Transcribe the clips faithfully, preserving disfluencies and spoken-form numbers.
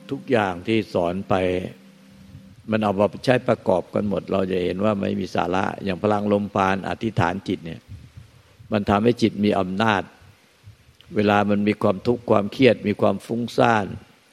ทุกอย่างที่สอนไปมันเอามาใช้ประกอบกันหมดเราจะเห็นว่าไม่มีสาระอย่างพลังลมปราณอธิษฐานจิตเนี่ยมันทำให้จิตมีอำนาจเวลามันมีความทุกข์ความเครียดมีความฟุ้งซ่าน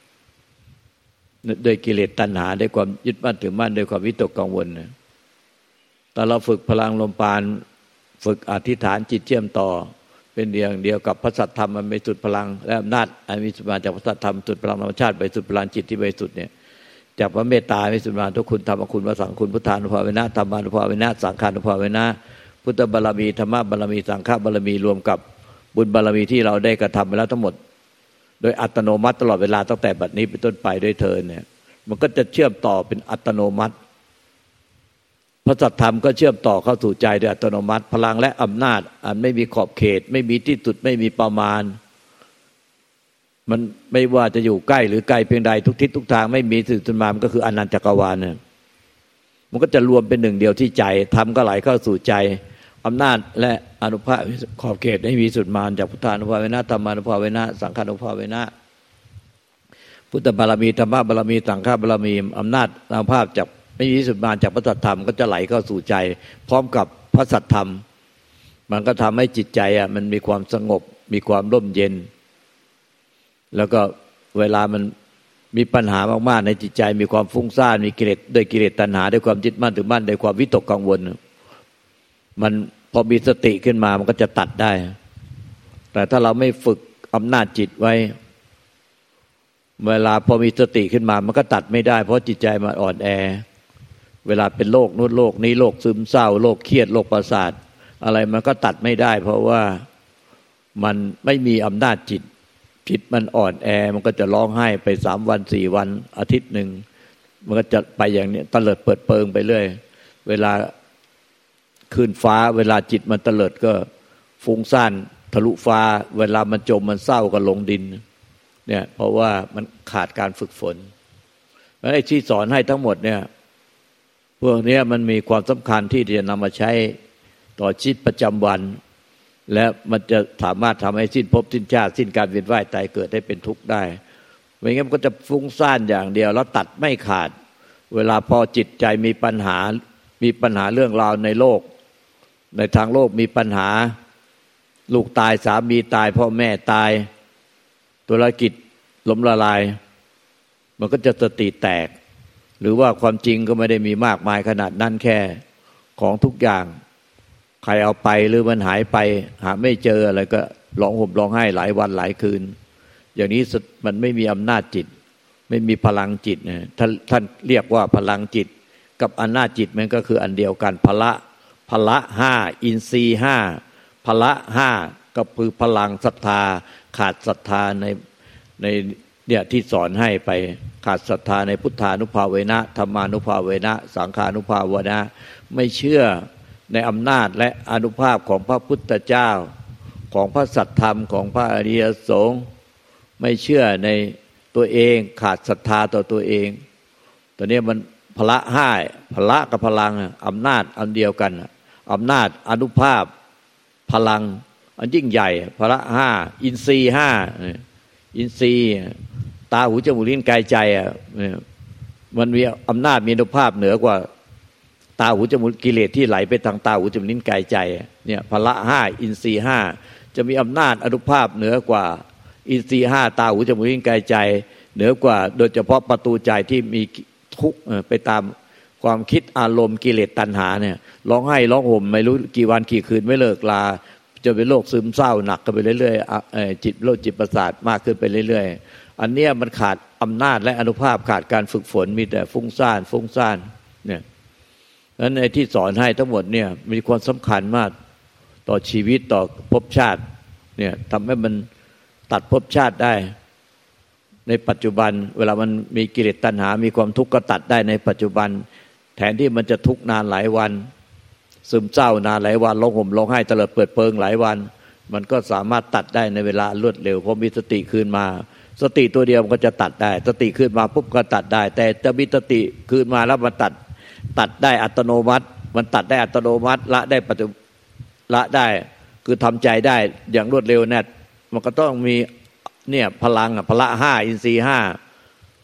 ด้วยกิเลสตัณหาด้วยความยึดมั่นถือมั่นด้วยความวิตกกังวลนะแต่เราฝึกพลังลมปราณฝึกอธิษฐานจิตเชื่อมต่อเป็นเดียวเดียวกับพระสัทธรรมมันมีสุดพลังและอำนาจอันมีสุดมาจากพระสัทธรรมสุดพลังธรรมชาติไปสุดพลังจิตที่บริสุทธิ์เนี่ยจากพระเมตตามีสุดมาทุกคุณธรรมคุณพระสังฆคุณพุทธานุภาเวนะธรรมานุภาเวนะสังฆานุภาเวนะพุทธบารมีธรรมบารมีสังฆบารมีรวมกับบุญบารมีที่เราได้กระทำไปแล้วทั้งหมดโดยอัตโนมัติตลอดเวลาตั้งแต่บัดนี้เป็นต้นไปด้วยเธอเนี่ยมันก็จะเชื่อมต่อเป็นอัตโนมัติพระสัทธรรมก็เชื่อมต่อเข้าสู่ใจโดยอัตโนมัติพลังและอำนาจอันไม่มีขอบเขตไม่มีที่สุดไม่มีประมาณมันไม่ว่าจะอยู่ใกล้หรือไกลเพียงใดทุกทิศทุกทางไม่มีที่สุดมามันก็คืออนันตจักรวาลเนี่ยมันก็จะรวมเป็นหนึ่งเดียวที่ใจธรรมก็ไหลเข้าสู่ใจอำนาจและอนุภาพขอบเขตไม่มีสุดมาจากพุทธานุภาเวนะธรรมานุภาเวนะสังฆานุภาเวนะพุทธบารมีธรรมบารมีสังฆบารมีอำนาจอนุภาพจากไม่มีสุดมาจากพระสัทธรรมก็จะไหลเข้าสู่ใจพร้อมกับพระสัทธรรมมันก็ทำให้จิตใจอ่ะมันมีความสงบมีความร่มเย็นแล้วก็เวลามันมีปัญหามากๆในจิตใจมีความฟุ้งซ่านมีกิเลสด้วยกิเลสตัณหาด้วยความยึดมั่นถือมั่นด้วยความวิตกกังวลมันพอมีสติขึ้นมามันก็จะตัดได้แต่ถ้าเราไม่ฝึกอำนาจจิตไว้เวลาพอมีสติขึ้นมามันก็ตัดไม่ได้เพราะจิตใจมันอ่อนแอเวลาเป็นโรคนู้นโรคนี้โรคซึมเศร้าโรคเครียดโรคประสาทอะไรมันก็ตัดไม่ได้เพราะว่ามันไม่มีอำนาจจิตจิตมันอ่อนแอมันก็จะร้องไห้ไปสามวันสี่วันอาทิตย์หนึ่งมันก็จะไปอย่างนี้ตะเลิดเปิดเปิงไปเรื่อยเวลาขึ้นฟ้าเวลาจิตมันตะเลิดก็ฟุ้งซ่านทะลุฟ้าเวลามันจมมันเศร้าก็ลงดินเนี่ยเพราะว่ามันขาดการฝึกฝนแล้วไอ้ที่สอนให้ทั้งหมดเนี่ยพวกนี้มันมีความสำคัญที่จะนำมาใช้ต่อชีวิตประจำวันและมันจะสามารถทำให้สิ้นภพสิ้นชาติสิ้นการเวียนว่ายตายเกิดได้เป็นทุกข์ได้ไม่งั้นมันก็จะฟุ้งซ่านอย่างเดียวแล้วตัดไม่ขาดเวลาพอจิตใจมีปัญหามีปัญหาเรื่องราวในโลกในทางโลกมีปัญหาลูกตายสามีตายพ่อแม่ตายธุรกิจล้มละลายมันก็จะสติแตกหรือว่าความจริงก็ไม่ได้มีมากมายขนาดนั้นแค่ของทุกอย่างใครเอาไปหรือมันหายไปหาไม่เจออะไรก็ร้องห่มร้องไห้หลายวันหลายคืนอย่างนี้มันไม่มีอำนาจจิตไม่มีพลังจิตนะท่านท่านเรียกว่าพลังจิตกับอำนาจจิตมันก็คืออันเดียวกันพละพละห้าอินทรีย์ห้าพละห้าก็คือพลังศรัทธาขาดศรัทธาในในเนี่ยที่สอนให้ไปขาดศรัทธาในพุทธานุภาเวนะธรรมานุภาเวนะสังฆานุภาเวนะไม่เชื่อในอำนาจและอานุภาพของพระพุทธเจ้าของพระสัทธรรมของพระอริยสงฆ์ไม่เชื่อในตัวเองขาดศรัทธาต่อตัวเองตอนนี้มันพละห้าพละกับพลังอำนาจอันเดียวกันอำนาจอานุภาพพลังอันยิ่งใหญ่พละห้าอินทรีย์ห้าอินทรีย์ตาหูจมูกลิ้นกายใจอ่ะมันมีอำนาจมีอานุภาพเหนือกว่าตาหูจมูกกิเลสที่ไหลไปทางตาหูจมูกลิ้นกายใจเนี่ยพละห้าอินทรีย์ห้าจะมีอำนาจอานุภาพเหนือกว่าอินทรีย์ห้าตาหูจมูกลิ้นกายใจเหนือกว่าโดยเฉพาะประตูใจที่มีทุกข์ไปตามความคิดอารมณ์กิเลสตัณหาเนี่ยร้องไห้ร้องห่มไม่รู้กี่วันกี่คืนไม่เลิกลาจะเป็นโรคซึมเศร้าหนักกันไปเรื่อยๆจิตโรคจิตประสาทมากขึ้นไปเรื่อยๆอันเนี้ยมันขาดอำนาจและอานุภาพขาดการฝึกฝนมีแต่ฟุ้งซ่านฟุ้งซ่านเนี่ยนั้นไอ้ที่สอนให้ทั้งหมดเนี่ยมีความสำคัญมากต่อชีวิตต่อภพชาติเนี่ยทำให้มันตัดภพชาติได้ในปัจจุบันเวลามันมีกิเลสตัณหามีความทุกข์ก็ตัดได้ในปัจจุบันแทนที่มันจะทุกข์นานหลายวันซึมเศร้านานหลายวันร้องห่มร้องไห้เตลิดเปิดเปิงหลายวันมันก็สามารถตัดได้ในเวลารวดเร็วเพราะมีสติคืนมาสติตัวเดียวมันก็จะตัดได้สติคืนมาปุ๊บก็ตัดได้แต่จะมีสติคืนมาแล้วมันตัดตัดได้อัตโนมัติมันตัดได้อัตโนมัติละได้ปัจจุละได้คือทำใจได้อย่างรวดเร็วแน่มันก็ต้องมีเนี่ยพลังพละห้าอินทรีย์ห้า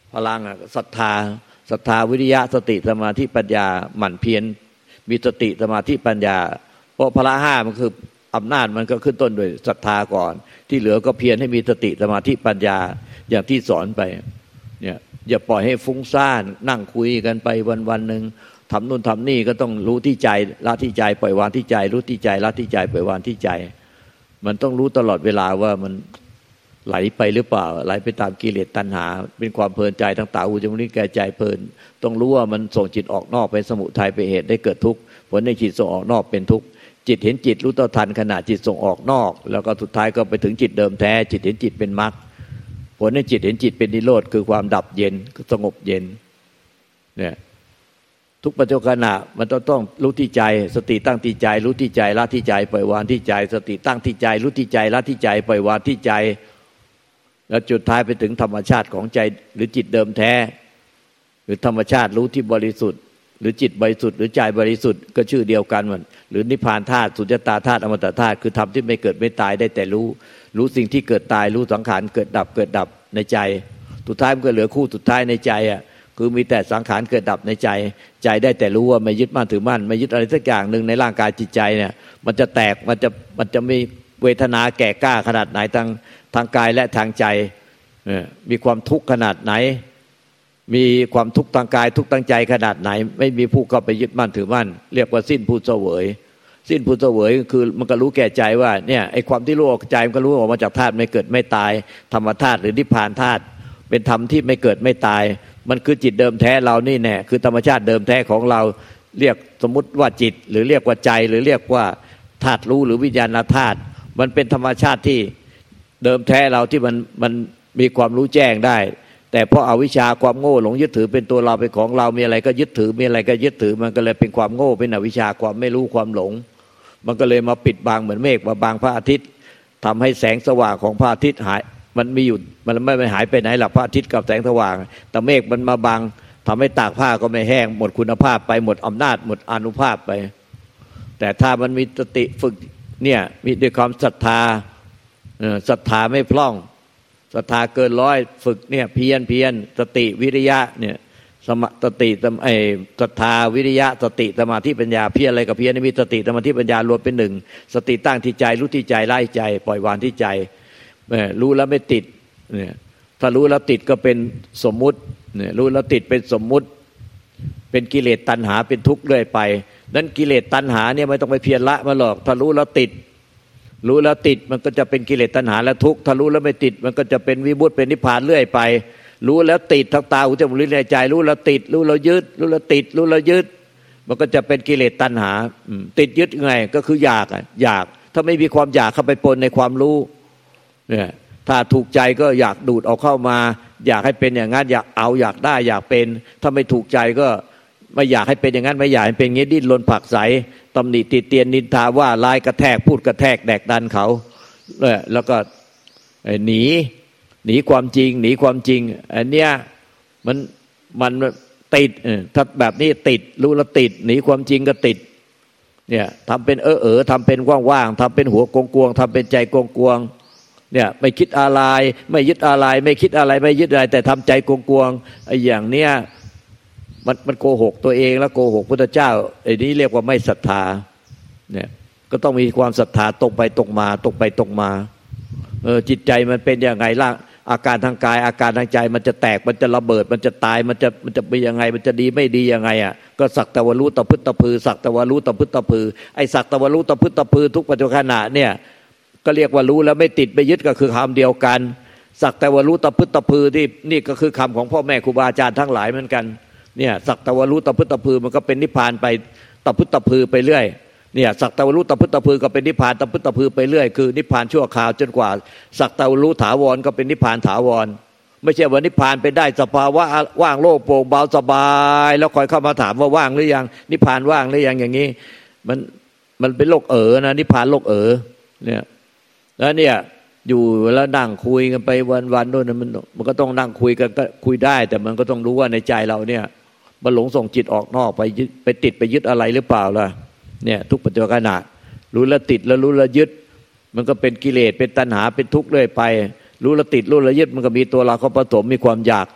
พลังศรัทธาศรัทธาวิริยะสติสมาธิปัญญาหมั่นเพียรมีสติสมาธิปัญญาเพราะพละห้ามันคืออำนาจมันก็ขึ้นต้นด้วยศรัทธาก่อนที่เหลือก็เพียรให้มีสติสมาธิปัญญาอย่างที่สอนไปเนี่ยอย่าปล่อยให้ฟุ้งซ่านนั่งคุยกันไปวันๆนึงทำนู่นทำนี่ก็ต้องรู้ที่ใจละที่ใจปล่อยวางที่ใจรู้ที่ใจละที่ใจปล่อยวางที่ใจมันต้องรู้ตลอดเวลาว่ามันไหลไปหรือเปล่าไหลไปตามกิเลสตัณหาเป็นความเพลินใจทั้งตาหูจมูกลิ้นกายใจเพลินต้องรู้ว่ามันส่งจิตออกนอกเป็นสมุทัยเป็นเหตุได้เกิดทุกข์ผลในจิตส่งออกนอกเป็นทุกข์จิตเห็นจิตรู้ต่อทันขณะจิตส่งออกนอกแล้วก็สุดท้ายก็ไปถึงจิตเดิมแท้จิตเห็นจิตเป็นมรรคผลในจิตเห็นจิตเป็นนิโรธคือความดับเย็นสงบเย็นเนี่ยทุกปัจจุบันขณะมันต้องต้องรู้ที่ใจสติตั้งที่ใจรู้ที่ใจละที่ใจปล่อยวางที่ใจสติตั้งที่ใจรู้ที่ใจละที่ใจปล่อยวางที่ใจแล้วจุดท้ายไปถึงธรรมชาติของใจหรือจิตเดิมแท้หรือธรรมชาติรู้ที่บริสุทธิ์หรือจิตบริสุทธิ์หรือใจบริสุทธิ์ก็ชื่อเดียวกันมันหรือนิพพานธาตุสุญญตาธาตุอมตะธาตุคือธรรมที่ไม่เกิดไม่ตายได้แต่รู้รู้สิ่งที่เกิดตายรู้สังขารเกิดดับเกิดดับในใจสุดท้ายมันก็เหลือคู่สุดท้ายในใจอ่ะคือมีแต่สังขารเกิดดับในใจใจได้แต่รู้ว่าไม่ยึดมั่นถือมั่นไม่ยึดอะไรสักอย่างหนึ่งในร่างกายจิตใจเนี่ยมันจะแตกมันจะมันจะมีเวทนาแก่กล้าขนาดไหนทางทางกายและทางใจมีความทุกข์ขนาดไหนมีความทุกข์ทางกายทุกข์ทางใจขนาดไหนไม่มีผู้เข้าไปยึดมั่นถือมั่นเรียกว่าสิ้นผู้เสวยสิ้นผู้เสวยคือมันก็รู้แก่ใจว่าเนี่ยไอ้ความที่รู้ออกใจมันก็รู้ออกมาจากธาตุไม่เกิดไม่ตายธรรมธาตุหรือนิพพานธาตุเป็นธรรมที่ไม่เกิดไม่ตายมันคือจิตเดิมแท้เรานี่แน่คือธรรมชาติเดิมแท้ของเราเรียกสมมุติว่าจิตหรือเรียกว่าใจหรือเรียกว่าธาตุรู้หรือวิญญาณธาตุมันเป็นธรรมชาติที่เดิมแท้เราที่มันมันมีความรู้แจ้งได้แต่เพราะอวิชชาความโง่หลงยึดถือเป็นตัวเราเป็นของเรามีอะไรก็ยึดถือมีอะไรก็ยึดถือมันก็เลยเป็นความโง่เป็นอวิชชาความไม่รู้ความหลงมันก็เลยมาปิดบังเหมือนเมฆมาบังพระอาทิตย์ทำให้แสงสว่างของพระอาทิตย์หายมันมีอยู่มันไม่ไม่หายไปไหนหรอกพระอาทิตย์กับแสงสว่างแต่เมฆมันมาบังทำให้ตากผ้าก็ไม่แห้งหมดคุณภาพไปหมดอำนาจหมดอานุภาพไปแต่ถ้ามันมีสติฝึกเนี่ยมีด้วยความศรัทธาศรัทธาไม่พร่องศรัทธาเกินร้อยฝึกเนี่ยเพียรเพียรสติวิริยะเนี่ยสมสติไอ้ศรัทธาวิริยะสติสมาธิปัญญาเพียรอะไรกับเพียรมีสติสมาธิปัญญารวมเป็นหนึ่งสติตั้งที่ใจรู้ที่ใจไล่ใจปล่อยวางที่ใจรู้แล้วไม่ติดเนี่ยถ้ารู้แล้วติดก็เป็นสมมุติเนี่ยรู้แล้วติดเป็นสมมุติเป็นกิเลสตัณหาเป็นทุกข์เรื่อยไปนั้นกิเลสตัณหาเนี่ยไม่ต้องไปเพียรละมาหรอกถ้ารู้แล้วติดรู้แล้วติดมันก็จะเป็นกิเลสตัณหาและทุกข์ถ้ารู้แล้วไม่ติดมันก็จะเป็นวิมุตติเป็นนิพพานเรื่อยไปรู้แล้วติดทั้งตาหูจมูกลิ้นใจรู้แล้วติดรู้แล้วยึดรู้แล้วติดรู้แล้วยึดมันก็จะเป็นกิเลสตัณหาติดยึดไงก็คืออยากอ่ะอยากถ้าไม่มีความอยากเข้าไปปนในความรู้เนี่ยถ้าถูกใจก็อยากดูดเอาเข้ามาอยากให้เป็นอย่างนั้นอยากเอาอยากได้อยากเป็นถ้าไม่ถูกใจก็ไม่อยากให้เป็นอย่างนั้นไม่อยากให้เป็นอย่างนี้ดิ้นรนผลักไสตำหนิติเตียนนินทาว่าลายกระแทกพูดกระแทกแดกดันเขาแล้วก็หนีหนีความจริงหนีความจริงอันเนี้ยมันมันติดถ้าแบบนี้ติดรู้แล้วติดหนีความจริงก็ติดเนี่ยทำเป็นเออเออทำเป็นว่างๆทำเป็นหัวกงๆทำเป็นใจกงๆเนี่ยไม่คิดอะไรไม่ยึดอะไรไม่คิดอะไรไม่ยึดอะไรแต่ทำใจกงๆไอ้อย่างเนี้ยมันมันโกหกตัวเองแล้วโกหกพุทธเจ้าไอ้นี้เรียกว่าไม่ศรัทธาเนี่ยก็ต้องมีความศรัทธาตรงไปตรงมาตรงไปตรงมาเออจิตใจมันเป็นยังไงล่ะอาการทางกายอาการทางใจมันจะแตกมันจะระเบิดมันจะตายมันจะมันจะเป็นยังไงมันจะดีไม่ดียังไงอ่ะก็สักแต่ว่ารู้ตะพึดตะพือสักแต่ว่ารู้ตะพึดตะพือไอ้สักแต่ว่ารู้ตะพึดตะพือทุกปัจจุบันขณะเนี่ยก็เรียกว่ารู้แล้วไม่ติดไม่ยึดก็คือคำเดียวกันสักแต่ว่ารู้ตะพึดตะพือที่นี่ก็คือคำของพ่อแม่ครูบาอาจารย์ทั้งหลายเหมือนกันเนี่ยสักแต่ว่ารู้ตะพึดตะพือมันก็เป็นนิพพานไปตะพึดตะพือไปเรื่อยเนี่ยสักแต่ว่ารู้ตะพึดตะพือก็เป็นนิพพานตะพึดตะพือไปเรื่อยคือนิพพานชั่วคราวจนกว่าสักแต่ว่ารู้ถาวรก็เป็นนิพพานถาวรไม่ใช่ว่านิพพานไปได้สภาวะว่างโล่งโปร่งเบาสบายแล้วคอยเข้ามาถามว่าว่างหรือยังนิพพานว่างหรือยังอย่างนี้มันมันเป็นโลกเอ๋อนะนิพพานโลกเอ๋อเนี่ยแล้วเนี่ยอยู่แล้วนั่งคุยกันไปวันๆโน่นมันมันก็ต้องนั่งคุยกันก็คุยได้แต่มันก็ต้องรู้ว่าในใจเราเนี่ยมันหลงส่งจิตออกนอกไปยึดไปติดไปยึดอะไรหรือเปล่าล่ะเนี่ยทุกปัจจุบันขณะรู้แล้วติดแล้วรู้แล้วยึดมันก็เป็นกิเลสเป็นตัณหาเป็นทุกข์เรื่อยไปรู้แล้วติดรู้แล้วยึดมันก็มีตัวเราเข้าผสมมีความอยาก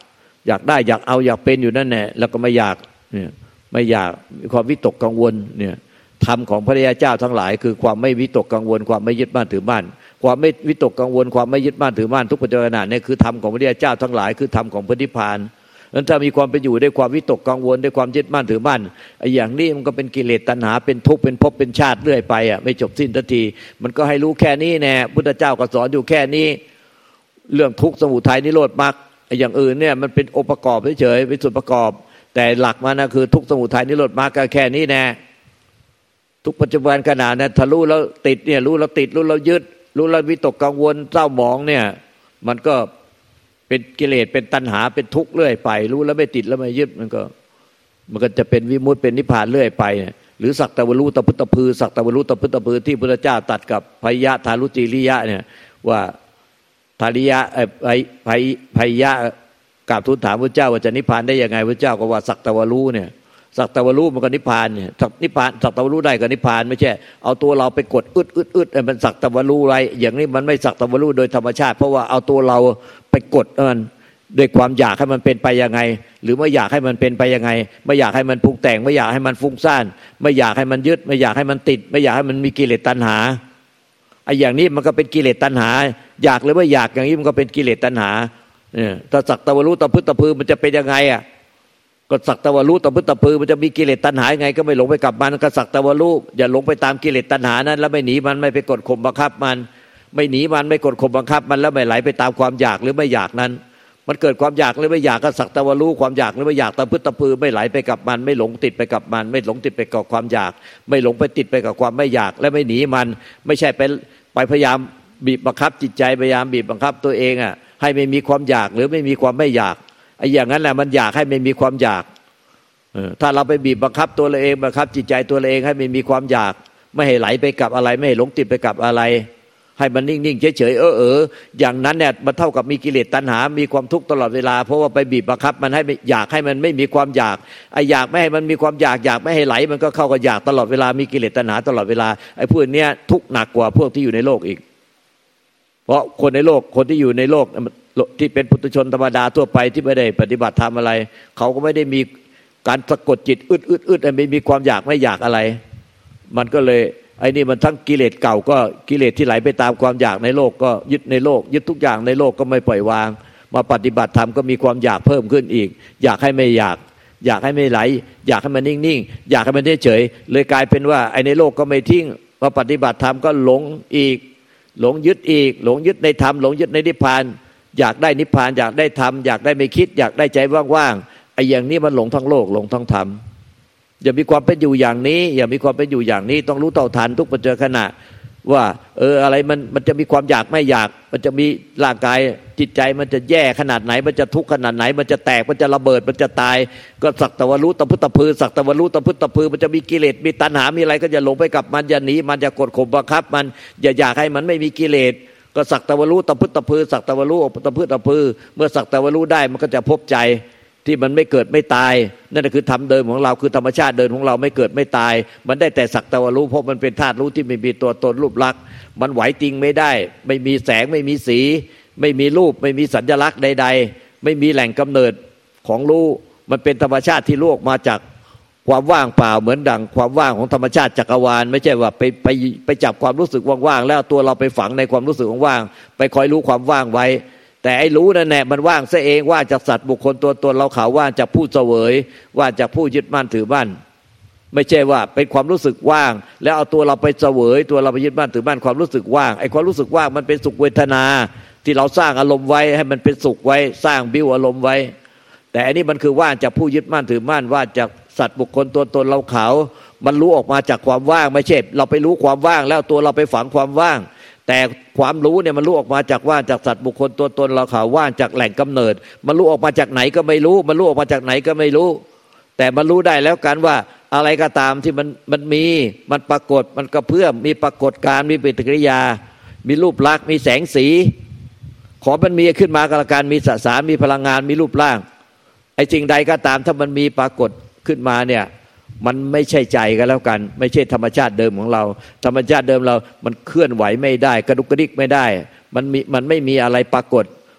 อยากได้อยากเอาอยากเป็นอยู่นั่นแหละแล้วก็ไม่อยากเนี่ยไม่อยากมีความวิตกกังวลเนี่ยธรรมของพระริยเจ้าทั้งหลายคือความไม่วิตกกังวลความไม่ยึดมั่นถือมั่นความไม่วิตกกังวลความไม่ยึดมั่นถือมั่นทุกปัจจุบันเนี่ยคือธรรมของพระริยเจ้าทั้งหลายคือธรรมของพระนิพพานนั้นถ้ามีความเป็นอยู่ด้วยความวิตกกังวลด้วยความยึดมั่นถือมั่นไอ้อย่างนี้มันก็เป็นกิเลสตัณหาเป็นทุกข์เป็นภพเป็นชาติเรื่อยไปอ่ะไม่จบสิ้นทันทีมันก็ให้รู้แค่นี้แน่พุทธเจ้าก็สอนอยู่แค่นี้เรื่องทุกข์สมุทัยนิโรธมรรคไอ้อย่างอื่นเนี่ยมันเป็นองค์ประกอบเฉยๆเป็นส่วนประกอบแต่หลักมันนะคือทุกข์สมุทัยนิโรธมรรคก็แค่นี้แน่ทุกปัจจุบันขณะนั้นทะลุแล้วติดเนี่ยรู้แล้วติดรู้แล้วยึดรู้แล้ววิตกกังวลเศร้าหมองเนี่ยมันก็เป็นกิเลสเป็นตัณหาเป็นทุกข์เรื่อยไปรู้แล้วไม่ติดแล้วไม่ยึดมันก็มันก็จะเป็นวิมุตติเป็นนิพพานเรื่อยไปหรือสักตะวรู้ตะพุตตะพือสักตะวรู้ตะพุตตะพือที่พระพุทธเจ้าตัดกับพยะทารุจิริยะเนี่ยว่าทาริยะไอ้ไอ้ไอ้พยะกราบทูลถามพระเจ้าว่าจะนิพพานได้ยังไงพระเจ้าก็ว่าสักตะวรู้เนี่ยสักตะวรู้มันก็นิพพานเนี่ยสักนิพพานสักตะวรู้ได้ก็นิพพานไม่ใช่เอาตัวเราไปกดอึดอึดอึดไอ้มันสักตะวรู้ไรอย่างนี้มันไม่สักตะวรู้โดยธรรมชาติเพราะว่าเอาตัวเราไปกดมันด้วยความอยากให้มันเป็นไปยังไงหรือไม่อยากให้มันเป็นไปยังไงไม่อยากให้มันปรุงแต่งไม่อยากให้มันฟุ้งซ่านไม่อยากให้มันยึดไม่อยากให้มันติดไม่อยากให้มันมีกิเลสตัณหาไอ้อย่างนี้มันก็เป็นกิเลสตัณหาอยากหรือไม่อยากอย่างนี้มันก็เป็นกิเลสตัณหาเนี่ยถ้าสักตะวรู้ตะพึตตะพือมันจะเป็นยังไงอ่ะก็สักตะวรู้ตะพึตตะพือมันจะมีกิเลสตัณหายังไงก็ไม่หลงไปกับมันก็สักตะวรู้อย่าหลงไปตามกิเลสตัณหานั้นแล้วไม่หนีมันไม่ไปกดข่มบังคับมันไม่หนีมันไม่กดข่มบังคับมันแล้วไม่ไหลไปตามความอยากหรือไม่อยากนั้นมันเกิดความอยากหรือไม่อยากก็สักตะวรู้ความอยากหรือไม่อยากตะพึตตะพือไม่ไหลไปกับมันไม่หลงติดไปกับมันไม่หลงติดไปกับความอยากไม่หลงไปติดไปกับความไม่อยากและไม่หนีมันไม่ใช่ไปไปพยายามบีบบังคับจิตใจพยายามบีบบังคับตัวเองอ่ะให้ไม่มีความอยากหรือไม่มีความไม่อยากไอ้อย่างนั้นแหละมันอยากให้ไม่มีความอยากเออถ้าเราไปบีบบังคับตัวเราเองบังคับจิตใจตัวเราเองให้ไม่มีความอยากไม่ให้ไหลไปกับอะไรไม่ให้หลงติดไปกับอะไรให้มันนิ่งๆเฉยๆเออเอออย่างนั้นเนี่ยมันเท่ากับมีกิเลสตัณหามีความทุกข์ตลอดเวลาเพราะว่าไปบีบบังคับมันให้อยากให้มันไม่มีความอยากไอ้อยากไม่ให้มันมีความอยากอยากไม่ให้ไหลมันก็เข้ากับอยากตลอดเวลามีกิเลสตัณหาตลอดเวลาไอ้พวกเนี้ยทุกข์หนักกว่าพวกที่อยู่ในโลกอีกเพราะคนในโลกคนที่อยู่ในโลกที่เป็นปุถุชนธรรมดาทั่วไปที่ไม่ได้ปฏิบัติธรรมอะไรเขาก็ไม่ได้มีการสะกดจิตอึดอึดอึดไม่มีความอยากไม่อยากอะไรมันก็เลยไอ้นี่มันทั้งกิเลสเก่าก็กิเลสที่ไหลไปตามความอยากในโลกก็ยึดในโลกยึดทุกอย่างในโลกก็ไม่ปล่อยวางมาปฏิบัติธรรมก็มีความอยากเพิ่มขึ้นอีกอยากให้ไม่อยากอยากให้ไม่ไหลอยากให้มันนิ่งๆอยากให้มันเฉยๆเลยกลายเป็นว่าไอ้ในโลกก็ไม่ทิ้งมาปฏิบัติธรรมก็หลงอีกหลงยึดอีกหลงยึดในธรรมหลงยึดในนิพพานอยากได้นิพพานอยากได้ธรรมอยากได้ไม่คิดอยากได้ใจว่างๆไอ้อย่างนี้มันหลงทั้งโลกหลงทั้งธรรมอย่ามีความเป็นอยู่อย่างนี้อย่ามีความเป็นอยู่อย่างนี้ต้องรู้เท่าทันทุกปัจจุบันขณะว่าเอออะไรมันมันจะมีความอยากไม่อยากมันจะมีร่างกายจิตใจมันจะแย่ขนาดไหนมันจะทุกข์ขนาดไหนมันจะแตกมันจะระเบิดมันจะตายก็สักตะวรู้ตะพึตตะพือสักตะวรู้ตะพึตตะพือมันจะมีกิเลสมีตัณหามีอะไรก็จะหลงไปกับมันอย่าหนีมันอย่ากดข่มบังคับมันอย่าอยากให้มันไม่มีกิเลสก็สักตะวรู้ตะพึตตะพือสักตะวรู้ตะพึตตะพือเมื่อสักตะวรู้ได้มันก็จะพบใจที่มันไม่เกิดไม่ตายนั่นคือธรรมเดิมของเราคือธรรมชาติเดิมของเราไม่เกิดไม่ตายมันได้แต่สักแต่ว่ารู้เพราะมันเป็นธาตุรู้ที่ไม่มีตัวตนรูปลักษณ์มันไหวติงไม่ได้ไม่มีแสงไม่มีสีไม่มีรูปไม่มีสัญลักษณ์ใดๆไม่มีแหล่งกำเนิดของรู้มันเป็นธรรมชาติที่โลกมาจากความว่างเปล่าเหมือนดังความว่างของธรรมชาติจักรวาลไม่ใช่ว่าไปไปไปจับความรู้สึกว่างๆแล้วตัวเราไปฝังในความรู้สึกว่างไปคอยรู้ความว่างไว้แต่ไอ้รู้นั่นแหละมันว่างซะเองว่าจากสัตว์บุคคลตัวตนเราเขาว่าจากผู้เสวยว่าจากผู้ยึดมั่นถือมั่นไม่ใช่ว่าเป็นความรู้สึกว่างแล้วเอาตัวเราไปเสวยตัวเราไปยึดมั่นถือมั่นความรู้สึกว่างไอ้ความรู้สึกว่างมันเป็นสุขเวทนาที่เราสร้างอารมณ์ไว้ให้มันเป็นสุขไว้สร้างบิ้วอารมณ์ไว้แต่อันนี้มันคือว่างจากผู้ยึดมั่นถือมั่นว่าจากสัตว์บุคคลตัวตนเราเขามันรู้ออกมาจากความว่างไม่ใช่เราไปรู้ความว่างแล้วตัวเราไปฝังความว่างแต่ความรู้เนี่ยมันรู้ออกมาจากว่างจากสัตว์บุคคลตัวตนเราเขาว่างจากแหล่งกำเนิดมันรู้ออกมาจากไหนก็ไม่รู้มันรู้ออกมาจากไหนก็ไม่รู้แต่มันรู้ได้แล้วกันว่าอะไรก็ตามที่มันมันมีมันปรากฏมันกระเพื่อมมีปรากฏการมีปฏิกิริยามีรูปลักษณ์มีแสงสีขอมันมีขึ้นมากับการมีสสารมีพลังงานมีรูปร่างไอ้สิ่งใดก็ตามถ้ามันมีปรากฏขึ้นมาเนี่ยมันไม่ใช่ใจกันแล้วกันไม่ใช่ธรรมชาติเดิมของเราธรรมชาติเดิมเรามันเคลื่อนไหวไม่ได้กระดุกกระดิกไม่ได้มันมีมันไม่มีอะไรปรากฏ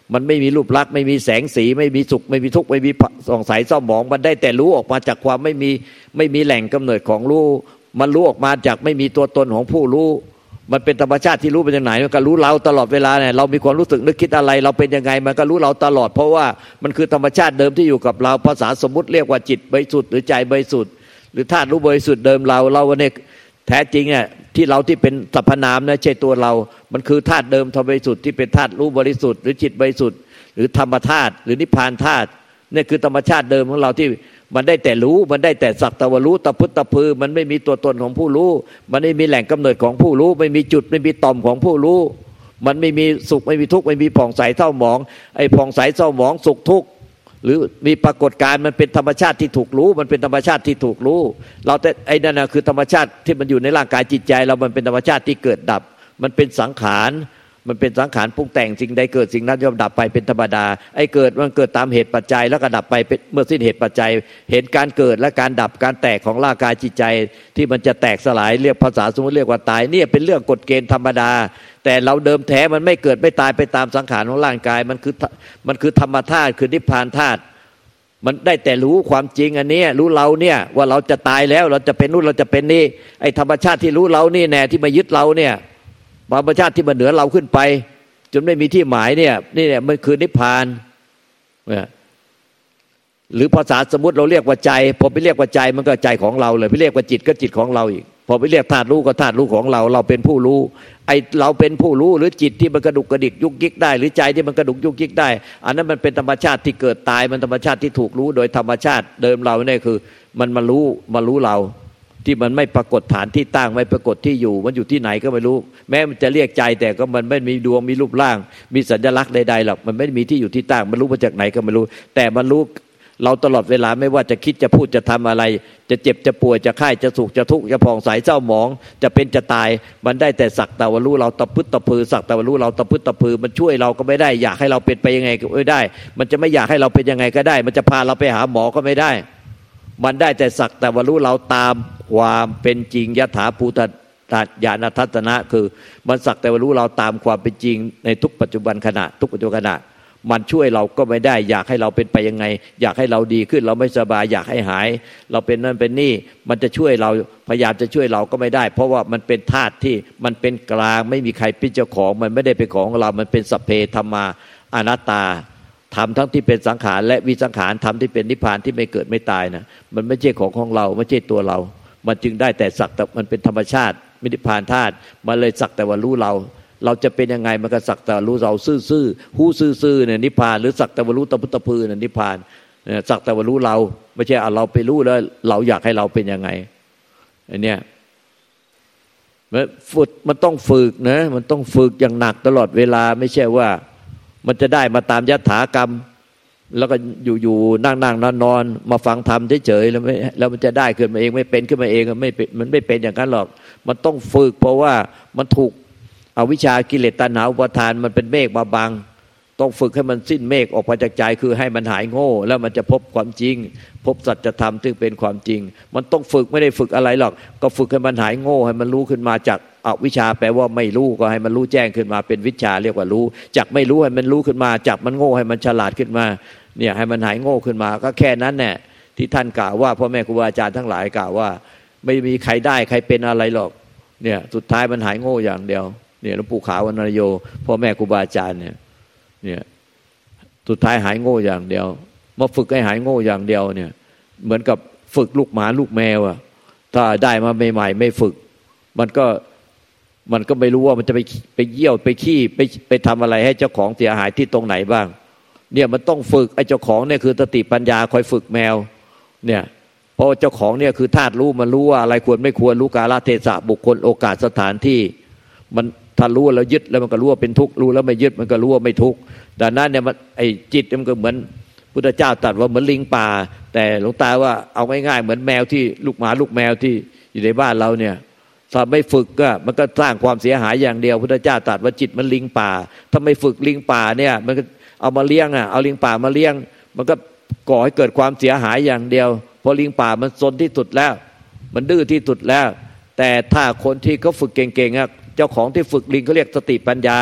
มันไม่มีรูปลักษณ์ไม่มีแสงสีไม่มีสุขไม่มีทุกข์ไม่มีสงสัยเศร้าหมองมันได้แต่รู้ออกมาจากความไม่มีไม่มีแหล่งกำเนิดของรู้มันรู้ออกมาจากไม่มีตัวตนของผู้รู้มันเป็นธรรมชาติที่รู้ไปจากไหนมันก็รู้เราตลอดเวลาเนี่ยเรามีความรู้สึกนึกคิดอะไรเราเป็นยังไงมันก็รู้เราตลอดเพราะว่ามันคือธรรมชาติเดิมที่อยู่กับเราภาษาสมมุติเรียกว่าจิตบริสุทธิ์หรือใจบริสุทธิ์หรือธาตุรู้บริสุทธิ์เดิมเราเราเนี่ยแท้จริงอ่ะที่เราที่เป็นสรรพนามนะใช่ตัวเรามันคือธาตุเดิมธรรมบริสุทธิ์ที่เป็นธาตุรู้บริสุทธิ์หรือจิตบริสุทธิ์หรือธรรมธาตุหรือนิพพานธาตุนี่คือธรรมชาติเดิมของเราที่มันได้แต่รู้มันได้แต่สักแต่ว่ารู้ตะพุตตะพือมันไม่มีตัวตนของผู้รู้มันไม่มีแหล่งกำเนิดของผู้รู้ไม่มีจุดไม่มีต่อมของผู้รู้มันไม่มีสุขไม่มีทุกข์ไม่มีผ่องใสเศร้าหมองไอ้ผ่องใสเศร้าหมองสุขทุกข์หรือมีปรากฏการณ์มันเป็นธรรมชาติที่ถูกรู้มันเป็นธรรมชาติที่ถูกรู้เราแต่ไอ้นั่นน่ะคือธรรมชาติที่มันอยู่ในร่างกายจิตใจเรามันเป็นธรรมชาติที่เกิดดับมันเป็นสังขารมันเป็นสังขารปรุงแต่งสิ่งใดเกิดสิ่งนั้นย่อมดับไปเป็นธรรมดาไอ้เกิดมันเกิดตามเหตุปัจจัยแล้วก็ดับไปเมื่อสิ้นเหตุปัจจัยเห็นการเกิดและการดับการแตกของร่างกายจิตใจที่มันจะแตกสลายเรียกภาษาสมมติเรียกว่าตายเนี่ยเป็นเรื่องกฎเกณฑ์ธรรมดาแต่เราเดิมแท้มันไม่เกิดไม่ตายไปตามสังขารของร่างกายมันคือมันคือธรรมธาตุคือนิพพานธาตุมันได้แต่รู้ความจริงอันนี้รู้เราเนี่ยว่าเราจะตายแล้วเราจะเป็นนู่นเราจะเป็นนี่ไอ้ธรรมชาติที่รู้เรานี่แน่ที่มายึดเราเนี่ยธรรมชาติที่มันเหนือเราขึ้นไปจนไม่มีที่หมายเนี่ยนี่เนี่ยมันคือนิพพานหรือภาษาสมมุติเราเรียกว่าใจพอไปเรียกว่าใจมันก็ใจของเราเลยไปเรียกว่าจิตก็จิตของเราอีกพอไปเรียกธาตุรู้ก็ธาตุรู้ของเราเราเป็นผู้รู้ไอเราเป็นผู้รู้หรือจิตที่มันกระดุกกระดิกยุกยิกได้หรือใจที่มันกระดุกยุกยิกได้อันนั้นมันเป็นธรรมชาติที่เกิดตายมันธรรมชาติที่ถูกรู้โดยธรรมชาติเดิมเราเนี่ยคือมันมารู้มารู้เราที่มันไม่ปรากฏฐานที่ตั้งไม่ปรากฏที่อยู่มันอยู่ที่ไหนก็ไม่รู้แม้มันจะเรียกใจแต่ก็มันไม่มีดวงมีรูปร่างมีสัญลักษณ์ใดๆหรอกมันไม่มีที่อยู่ที่ตั้งมันรู้มาจากไหนก็ไม่รู้แต่มันรู้เราตลอดเวลาไม่ว่าจะคิดจะพูดจะทำอะไรจะเจ็บจะป่วยจะไข้จะสุขจะทุกข์จะผ่องใสเศร้าหมองจะเป็นจะตายมันได้แต่สักแต่ว่ารู้เราตะพึดตะพือสักแต่ว่ารู้เราตะพึดตะพือมันช่วยเราก็ไม่ได้อยากให้เราเป็นไปยังไงก็ไม่ได้มันจะไม่อยากให้เราเป็นยังไงก็ได้มันจะพาเราไปหาหมอก็ไม่ได้มันได้แต่สักแต่ว่ารู้เราตามความเป็นจริงยถาภูตญาณทัศนะคือมันสักแต่ว่ารู้เราตามความเป็นจริงในทุกปัจจุบันขณะทุกปัจจุบันขณะมันช่วยเราก็ไม่ได้อยากให้เราเป็นไปยังไงอยากให้เราดีขึ้นเราไม่สบายอยากให้หายเราเป็นนั่นเป็นนี่มันจะช่วยเราพยายามจะช่วยเราก็ไม่ได้เพราะว่ามันเป็นธาตุที่มันเป็นกลางไม่มีใครเป็นเจ้าของมันไม่ได้เป็นของเรามันเป็นสัพเพธัมมาอนัตตาธรรมทั้งที่เป็นสังขารและวิสังขารธรรมที่เป็นนิพพานที่ไม่เกิดไม่ตายนะมันไม่ใช่ของของเราไม่ใช่ตัวเรามันจึงได้แต่สักแต่มันเป็นธรรมชาตินิพพานธาตุมันเลยสักแต่ว่ารู้เราเราจะเป็นยังไงมันก็สักแต่รู้เราซื่อๆหู้ซื่อๆเนี่ยนิพพานหรือสักแต่ว่ารู้ตะพุตตะพือเนี่ยนิพพานเนี่ยสักแต่ว่ารู้เราไม่ใช่เอาเราไปรู้แล้วเราอยากให้เราเป็นยังไงอันเนี้ยมันฝึกมันต้องฝึกนะมันต้องฝึกอย่างหนักตลอดเวลาไม่ใช่ว่ามันจะได้มาตามยถากรรมแล้วก็อยู่ๆนั่งๆนอนๆมาฟังธรรมเฉยๆแล้วไม่แล้วมันจะได้ขึ้นมาเองไม่เป็นขึ้นมาเองไม่เป็นมันไม่เป็นอย่างนั้นหรอกมันต้องฝึกเพราะว่ามันถูกอวิชชากิเลสตัณหาอุปาทานมันเป็นเมฆมาบังต้องฝึกให้มันสิ้นเมฆออกมาจากใจคือให้มันหายโง่แล้วมันจะพบความจริงพบสัจธรรมที่เป็นความจริงมันต้องฝึกไม่ได้ฝึกอะไรหรอกก็ฝึกให้มันหายโง่ให้มันรู้ขึ้นมาจากอวิชชาแปลว่าไม่รู้ก็ให้มันรู้แจ้งขึ้นมาเป็นวิชาเรียกว่ารู้จากไม่รู้ให้มันรู้ขึ้นมาจากมันโง่ให้มันฉลาดขึ้นมาเนี่ยให้มันหายโง่ขึ้นมาก็แค่นั้นแหละที่ท่านกล่าวว่าพ่อแม่ครูบาอาจารย์ทั้งหลายกล่าวว่าไม่มีใครได้ใครเป็นอะไรหรอกเนี่ยสุดท้ายมันหายโง่อย่างเดียวเนี่ยหลวงปู่ขาววรรณโยพ่อแม่ครูบาอาจารย์เนี่ยเนี่ยสุดท้ายหายโง่อย่างเดียวมาฝึกให้หายโง่อย่างเดียวเนี่ยเหมือนกับฝึกลูกหมาลูกแมวอะถ้าได้มาใหม่ๆไม่ฝึกมันก็มันก็ไม่รู้ว่ามันจะไปไปเยี่ยวไปขี้ไปไปทำอะไรให้เจ้าของเสียหายที่ตรงไหนบ้างเนี่ยมันต้องฝึกไอ้เจ้าของเนี่ยคือสติปัญญาคอยฝึกแมวเนี่ยเพราะเจ้าของเนี่ยคือธาตุรู้มันรู้ว่าอะไรควรไม่ควรรู้กาลเทศะบุคคลโอกาสสถานที่มันถ้ารู้แล้วยึดแล้วมันก็รู้ว่าเป็นทุกข์รู้แล้วไม่ยึดมันก็รู้ว่าไม่ทุกข์ดังนั้นเนี่ยมันไอ้จิตมันก็เหมือนพุทธเจ้าตรัสว่าเหมือนลิงป่าแต่หลวงตาว่าเอาง่ายๆเหมือนแมวที่ลูกหมาลูกแมวที่อยู่ในบ้านเราเนี่ยถ้าไม่ฝึกก็มันก็สร้างความเสียหายอย่างเดียวพุทธเจ้าตรัสว่าจิตมันลิงป่าถ้าไม่ฝึกลิงป่าเนี่ยมันก็เอามาเลี้ยงอ่ะเอาลิงป่ามาเลี้ยงมันก็ก่อให้เกิดความเสียหายอย่างเดียวเพราะลิงป่ามันซนที่สุดแล้วมันดื้อที่สุดแล้วแต่ถ้าคนที่เขาฝึกเก่งๆอ่ะเจ้าของที่ฝึกลิงเขาเรียกสติปัญญา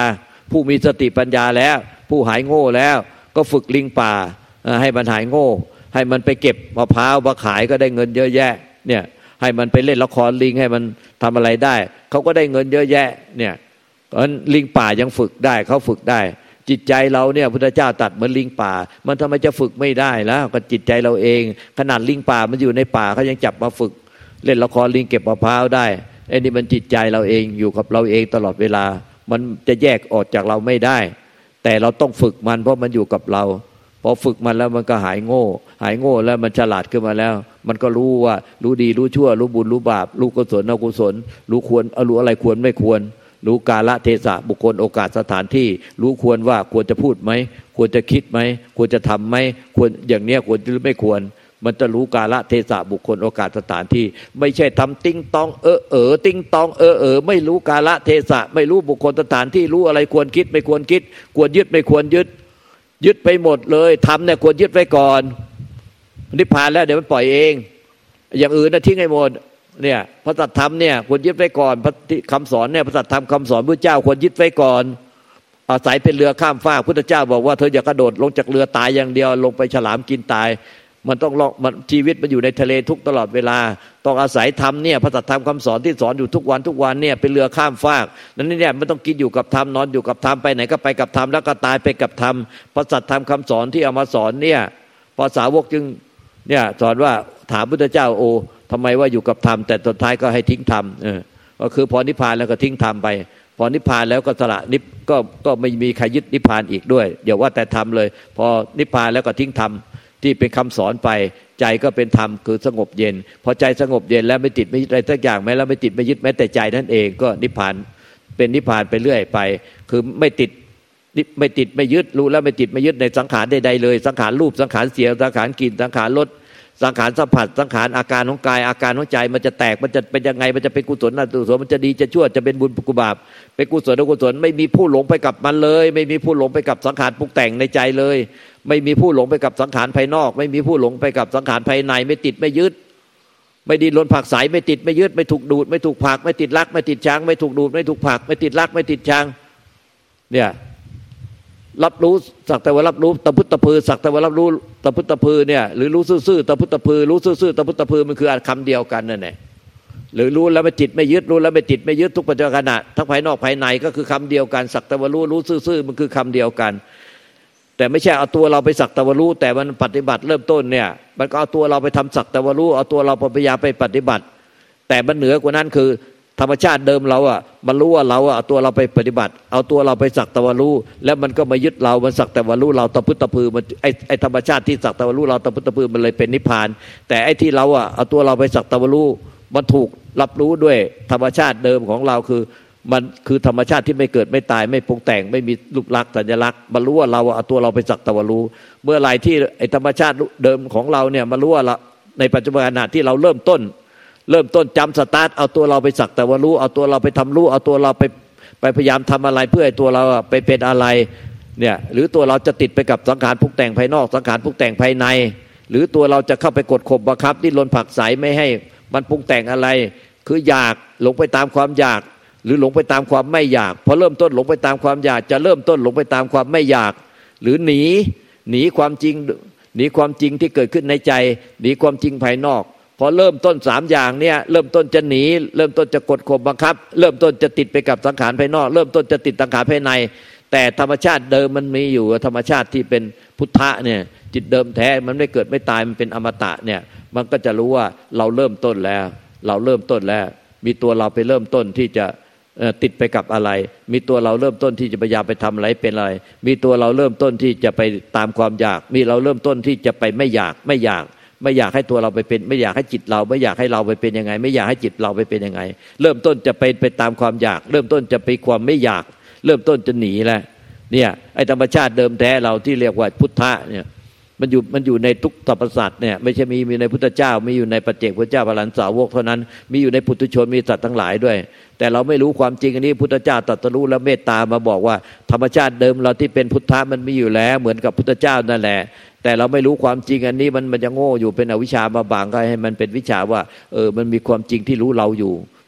ผู้มีสติปัญญาแล้วผู้หายโง่แล้วก็ฝึกลิงป่าให้มันหายโง่ให้มันไปเก็บมะพร้าวมาขายก็ได้เงินเยอะแยะเนี่ยให้มันไปเล่นละครลิงให้มันทำอะไรได้เขาก็ได้เงินเยอะแยะเนี่ยเพราะฉะนั้นลิงป่ายังฝึกได้เขาฝึกได้จิตใจเราเนี่ยพุทธเจ้าตัดเหมือนลิงป่ามันทำไมจะฝึกไม่ได้แล้วก็จิตใจเราเองขนาดลิงป่ามันอยู่ในป่าเขายังจับมาฝึกเล่นละครลิงเก็บมะพร้าวได้ไอ้นี่มันจิตใจเราเองอยู่กับเราเองตลอดเวลามันจะแยกออกจากเราไม่ได้แต่เราต้องฝึกมันเพราะมันอยู่กับเราพอฝึกมันแล้วมันก็หายโง่หายโง่แล้วมันฉลาดขึ้นมาแล้วมันก็รู้ว่ารู้ดีรู้ชั่วรู้บุญรู้บาปรู้กุศลอกุศลรู้ควรรู้อะไรควรไม่ควรรู้กาลเทศะบุคคลโอกาสสถานที่รู้ควรว่าควรจะพูดไหมควรจะคิดไหมควรจะทำไหมควรอย่างเนี้ยควรหรือไม่ควรมันจะรู้กาลเทศะบุคคลโอกาสสถานที่ไม่ใช่ทำติ้งตองเออเออติ้งตองเออเออไม่รู้กาลเทศะไม่รู้บุคคลสถานที่รู้อะไรควรคิดไม่ควรคิดควรยึดไม่ควรยึดยึดไปหมดเลยทำเนี่ยควรยึดไว้ก่อนนิพพานแล้วเดี๋ยวมันปล่อยเองอย่างอื่นนะทิ้งให้หมดเนี่ยพระสัทธรรมเนี่ยควรยึดไว้ก่อนพระคำสอนเนี่ยพระสัทธรรมคำสอนพระเจ้าควรยึดไว้ก่อนอาศัยเป็นเรือข้ามฟากพุทธเจ้าบอกว่าเธออย่ากระโดดลงจากเรือตายอย่างเดียวลงไปฉลามกินตายมันต้องลองมันชีวิตมันอยู่ในทะเลทุกตลอดเวลาต้องอาศัยธรรมเนี่ยพระสัทธรรมคำสอนที่สอนอยู่ทุกวันทุกวันเนี่ยเป็นเรือข้ามฟากนั้นเนี่ยมันต้องกินอยู่กับธรรมนอนอยู่กับธรรมไปไหนก็ไปกับธรรมแล้วก็ตายไปกับธรรมพระสัทธรรมคำสอนที่เอามาสอนเนี่ยพอสาวกจึงเนี่ยสอนว่าถามพุทธเจ้าโอทำไมว่าอยู่กับธรรมแต่สุดท้ายก็ให้ทิ้งธรรมเออก็คือพอนิพพานแล้วก็ทิ้งธรรมไปพอนิพพานแล้วก็สละนิพก็ก็ไม่มีใครยึดนิพพานอีกด้วยอย่าว่าแต่ธรรมเลยพอนิพพานแล้วก็ทิ้งธรรมที่เป็นคำสอนไปใจก็เป็นธรรมคือสงบเย็นพอใจสงบเย็นแล้วไม่ติดไม่ยึดอะไรสักอย่างแม้แล้วไม่ติดไม่ยึดแม้แต่ใจนั่นเองก็นิพพานเป็นนิพพานไปเรื่อยไปคือไม่ติดไม่ติดไม่ยึดรู้แล้วไม่ติดไม่ยึดในสังขารใดๆเลยสังขารรูปสังขารเสียงสังขารกลิ่นสังขารรสสังขารสัมผัสสังขารอาการของกายอาการของใจมันจะแตกมันจะเป็นยังไงมันจะเป็นกุศลอกุศลมันจะดีจะชั่วจะเป็นบุญกุบาปเป็นกุศลอกุศลไม่มีผู้หลงไปกับมันเลยไม่มีผู้หลงไปกับสังขารปรุงแต่งในใจเลยไม่มีผู้หลงไปกับสังขารภายนอกไม่มีผู้หลงไปกับสังขารภายในไม่ติดไม่ยึดไม่ดิ้นรนผักใสไม่ติดไม่ยึดไม่ถูกดูดไม่ถูกผลักไม่ติดรักไม่ติดชังไม่ถูกดูดไม่ถูกผลักไม่ติดรักไม่ติดชังเนี่ยรับรู้สักแต่ว่ารับรู้ตะพุตตะพือสักแต่ว่ารับรู้ตะพุตตะพือเนี่ยหรือรู้ซื่อๆตะพุตตะพือรู้ซื่อๆตะพุตตะพือมันคือคำเดียวกันนั่นแหละหรือรู้แล้วไม่ติดไม่ยึดรู้แล้วไม่ติดไม่ยึดทุกปัจจุบันขณะทั้งภายนอกภายในก็คือคำเดียวกันสักแต่ว่ารู้รู้ซื่อๆมันคือคำเดียวกันแต่ไม่ใช่เอาตัวเราไปสักแต่ว่ารู้แต่มันปฏิบัติเริ่มต้นเนี่ยมันก็เอาตัวเราไปทำสักแต่ว่ารู้เอาตัวเราพยายามไปปฏิบัติแต่มันเหนือกว่านั้นคือธรรมชาติเดิมเราอ่ะมันรู้ว่าเราอ่ะเอาตัวเราไปปฏิบัติเอาตัวเราไปสักแต่ว่ารู้แล้วมันก็มายึดเรามันสักแต่ว่ารู้เราตะพุตตะพือมันไอ้ไอ้ธรรมชาติที่สักแต่ว่ารู้เราตะพุตตะพือมันเลยเป็นนิพพานแต่ไอ้ที่เราอ่ะเอาตัวเราไปสักแต่ว่ารู้มันถูกรับรู้ด้วยธรรมชาติเดิมของเราคือมันคือธรรมชาติที่ไม่เกิดไม่ตายไม่ปรุงแต่งไม่มีรูปลักษณ์สัญลักษณ์มันรู้ว่าเราเอาตัวเราไปสักแต่ว่ารู้เมื่อไหร่ที่ไอ้ธรรมชาติเดิมของเราเนี่ยมันรู้ว่าในปัจจุบันขณะที่เราเริ่มต้นเริ่มต้นจำสตาร์ทเอาตัวเราไปสักแต่ว่ารู้เอาตัวเราไปทำรู้เอาตัวเราไปไปพยายามทำอะไรเพื่อให้ตัวเราไปเป็นอะไรเนี่ยหรือตัวเราจะติดไปกับสังขารปรุงแต่งภายนอกสังขารปรุงแต่งภายในหรือตัวเราจะเข้าไปกดข่มบังคับดิ้นรนผลักไสไม่ให้มันปรุงแต่งอะไรคืออยากหลงไปตามความอยากหรือหลงไปตามความไม่อยากพอเริ่มต้นหลงไปตามความอยากจะเริ่มต้นหลงไปตามความไม่อยากหรือหนีหนีความจริงหนีความจริงที่เกิดขึ้นในใจหนีความจริงภายนอกพอเริ่มต้นสามอย่างเนี่ยเริ่มต้นจะหนีเริ่มต้นจะกดข่มบังคับเริ่มต้นจะติดไปกับสังขารภายนอกเริ่มต้นจะติดสังขารภายในแต่ธรรมชาติเดิมมันมีอยู่ธรรมชาติที่เป็นพุทธะเนี่ยจิตเดิมแท้มันไม่เกิดไม่ตายมันเป็นอมตะเนี่ยมันก็จะรู้ว่าเราเริ่มต้นแล้วเราเริ่มต้นแล้วมีตัวเราไปเริ่มต้นที่จะติดไปกับอะไรมีตัวเราเริ่มต้นที่จะพยายามไปทำอะไรเป็นอะไรมีตัวเราเริ่มต้นที่จะไปตามความอยากมีเราเริ่มต้นที่จะไปไม่อยากไม่อยากไม่อยากให้ตัวเราไปเป็นไม่อยากให้จิตเราไม่อยากให้เราไปเป็นยังไงไม่อยากให้จิตเราไปเป็นยังไงเริ่มต้นจะไปไปตามความอยากเริ่มต้นจะไปความไม่อยากเริ่มต้นจะหนีแล้วเนี่ยไอ้ธรรมชาติเดิมแท้เราที่เรียกว่าพุทธะเนี่ยมันอยู่มันอยู่ในทุกสรรพสัตว์เนี่ยไม่ใช่มีมีในพุทธเจ้ามีอยู่ในปัจเจกพุทธเจ้าพระอรหันตสาวกเท่านั้นมีอยู่ในปุถุชนมีสัตว์ทั้งหลายด้วยแต่เราไม่รู้ความจริงอันนี้พุทธเจ้าตรัสรู้แล้วเมตตามาบอกว่าธรรมชาติเดิมเราที่เป็นพุทธะมันมีอยู่แล้วเหมือนกับพุทธเจ้านั่นแหละแต่เราไม่รู้ความจริงอันนี้มันมันจะโง่อยู่เป็นอวิชชามาบังก็ให้มันเป็นวิชาว่าเออมันมีความจริงที่รู้เราอยู่พ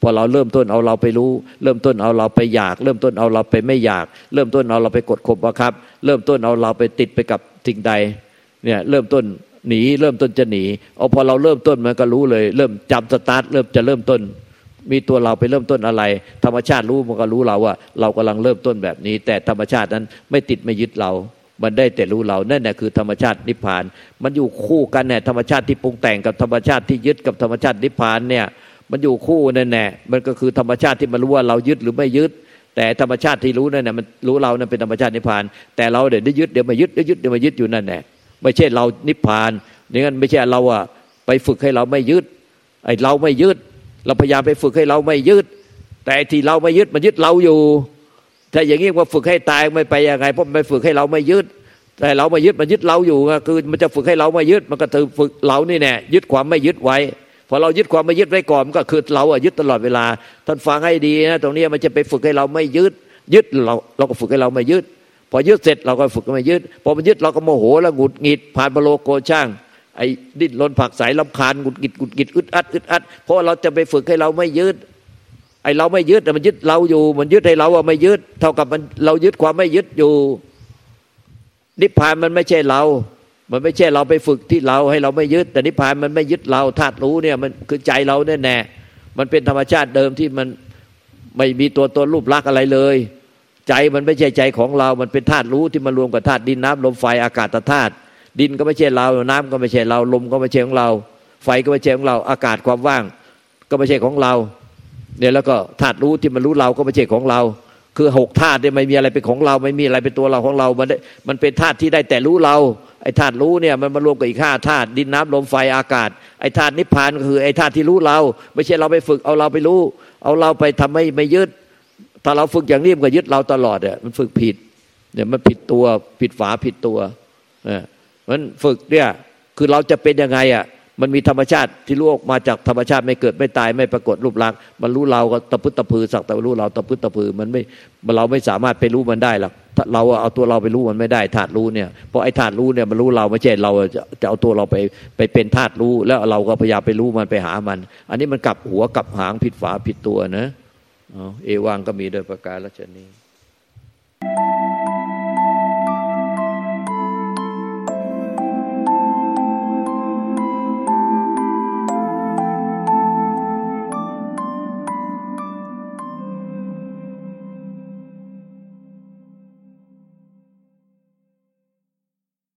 พอเราเริ่มต้นเอาเราไปรู้เริ่มต้นเอาเราไปอยากเริ่มต้นเอาเราไปไม่อยากเริ่มต้นเอาเราไปกดข่มบังคับเริ่มต้นเอาเราไปติดไปกับสิ่งใดเนี่ยเริ่มต้นหนีเริ่มต้นจะหนีเอาพอเราเริ่มต้นมันก็รู้เลยเริ่มจำสตาร์ทเริ่มจะเริ่มต้นมีตัวเราไปเริ่มต้นอะไรธรรมชาติรู้มันก็รู้เราว่าเรากำลังเริ่มต้นแบบนี้แต่ธรรมชาตินั้นไม่ติดไม่ยึดเรามันได้แต่รู้เรานั่นแหละคือธรรมชาตินิพพานมันอยู่คู่กันเนี่ยธรรมชาติที่ปรุงแต่งกับธรรมชาติที่ยึดกับธรรมชาตินิพพานเนี่ยมันอยู่คู่นั่นแหละมันก็คือธรรมชาติที่มันรู้ว่าเรายึดหรือไม่ยึดแต่ธรรมชาติที่รู้นั่นน่ะมันรู้เรานั่นเป็นธรรมชาตินิพพานแต่เราเดี๋ยวได้ยึดเดี๋ยวไม่ยึดได้ยึดเดี๋ยวไม่ยึดอยู่นั่นแหละไม่ใช่เรานิพพานนี่งั้นไม่ใช่เราอะไปฝึกให้เราไม่ยึดไอ้เราไม่ยึดเราพยายามไปฝึกให้เราไม่ยึดแต่ที่เราไม่ยึดมันยึดเราอยู่ถ้าอย่างนี้ว่าฝึกให้ตายไม่ไปยังไงเพราะมันไปฝึกให้เราไม่ยึดแต่เราไม่ยึดมันยึดเราอยู่คือมันจะฝึกให้เราไม่ยึดมันก็ถือฝึกเรานี่แน่ยึดความไม่ยึดไว้พอเรายึดความไม่ยึดไว้ก่อนมันก็คือเราอะยึดตลอดเวลาท่านฟังให้ดีนะตรงนี้มันจะไปฝึกให้เราไม่ยึดยึดเราเราก็ฝึกให้เราไม่ยึดพอยึดเสร็จเราก็ฝึกไม่ยึดพอมันยึดเราก็โมโหแล้วหงุดหงิดผ่านบโลโกช่างไอ้ดิ้นรนผักใสลำคาญหงุดหงิดหงุดหงิดอึดอัดอึดอัดเพราะเราจะไปฝึกให้เราไม่ยึดไอ้เราไม่ยึดแต่มันยึดเราอยู่มันยึดให้เราอะไม่ยึดเท่ากับมันเรายึดความไม่ยึดอยู่นิพพานมันไม่ใช่เรามันไม่ใช่เราไปฝึกที่เราให้เราไม่ยึดแต่นิพพานมันไม่ยึดเราธาตุรู้เนี่ยมันคือใจเราแน่แน่มันเป็นธรรมชาติเดิมที่มันไม่มีตัวตนรูปลักษณ์อะไรเลยใจมันไม่ใช่ใจของเรามันเป็นธาตุรู้ที่มารวมกับธาตุดินน้ำลมไฟอากาศธาตุดินก็ไม่ใช่เราน้ำก็ไม่ใช่เราลมก็ไม่ใช่ของเราไฟก็ไม่ใช่ของเราอากาศความว่างก็ไม่ใช่ของเราเนี่ยแล้วก็ธาตุรู้ที่มันรู้เราก็ไม่ใช่ของเราคือหกธาตุเนี่ยไม่มีอะไรเป็นของเราไม่มีอะไรเป็นตัวเราของเรามันมันเป็นธาตุที่ได้แต่รู้เราไอ้ธาตุรู้เนี่ยมันมารวมกับอีกห้าธาตุดินน้ำลมไฟอากาศไอ้ธาตุนิพพานก็คือไอ้ธาตุที่รู้เราไม่ใช่เราไปฝึกเอาเราไปรู้เอาเราไปทำให้ไม่ยึดถ้าเราฝึกอย่างนี้มันก็ยึดเราตลอดเนี่ยมันฝึกผิดเนี่ยมันผิดตัวผิดฝาผิดตัวเนี่ยมันฝึกเนี่ยคือเราจะเป็นยังไงอ่ะมันมีธรรมชาติที่รู้ออกมาจากธรรมชาติไม่เกิดไม่ตายไม่ปรากฏรูปลักษณ์มันรู้เราก็ตะพึตะพือสักแต่รู้เราตะพึตะพือมันไม่เราไม่สามารถไปรู้มันได้หรอกเราเอาตัวเราไปรู้มันไม่ได้ธาตุรู้เนี่ยเพราะไอ้ธาตุรู้เนี่ยมันรู้เราไม่ใช่เราจะจะเอาตัวเราไปไปเป็นธาตุรู้แล้วเราก็พยายามไปรู้มันไปหามันอันนี้มันกลับหัวกลับหางผิดฝาผิดตัวนะเอวังก็มีโดยประการฉะนี้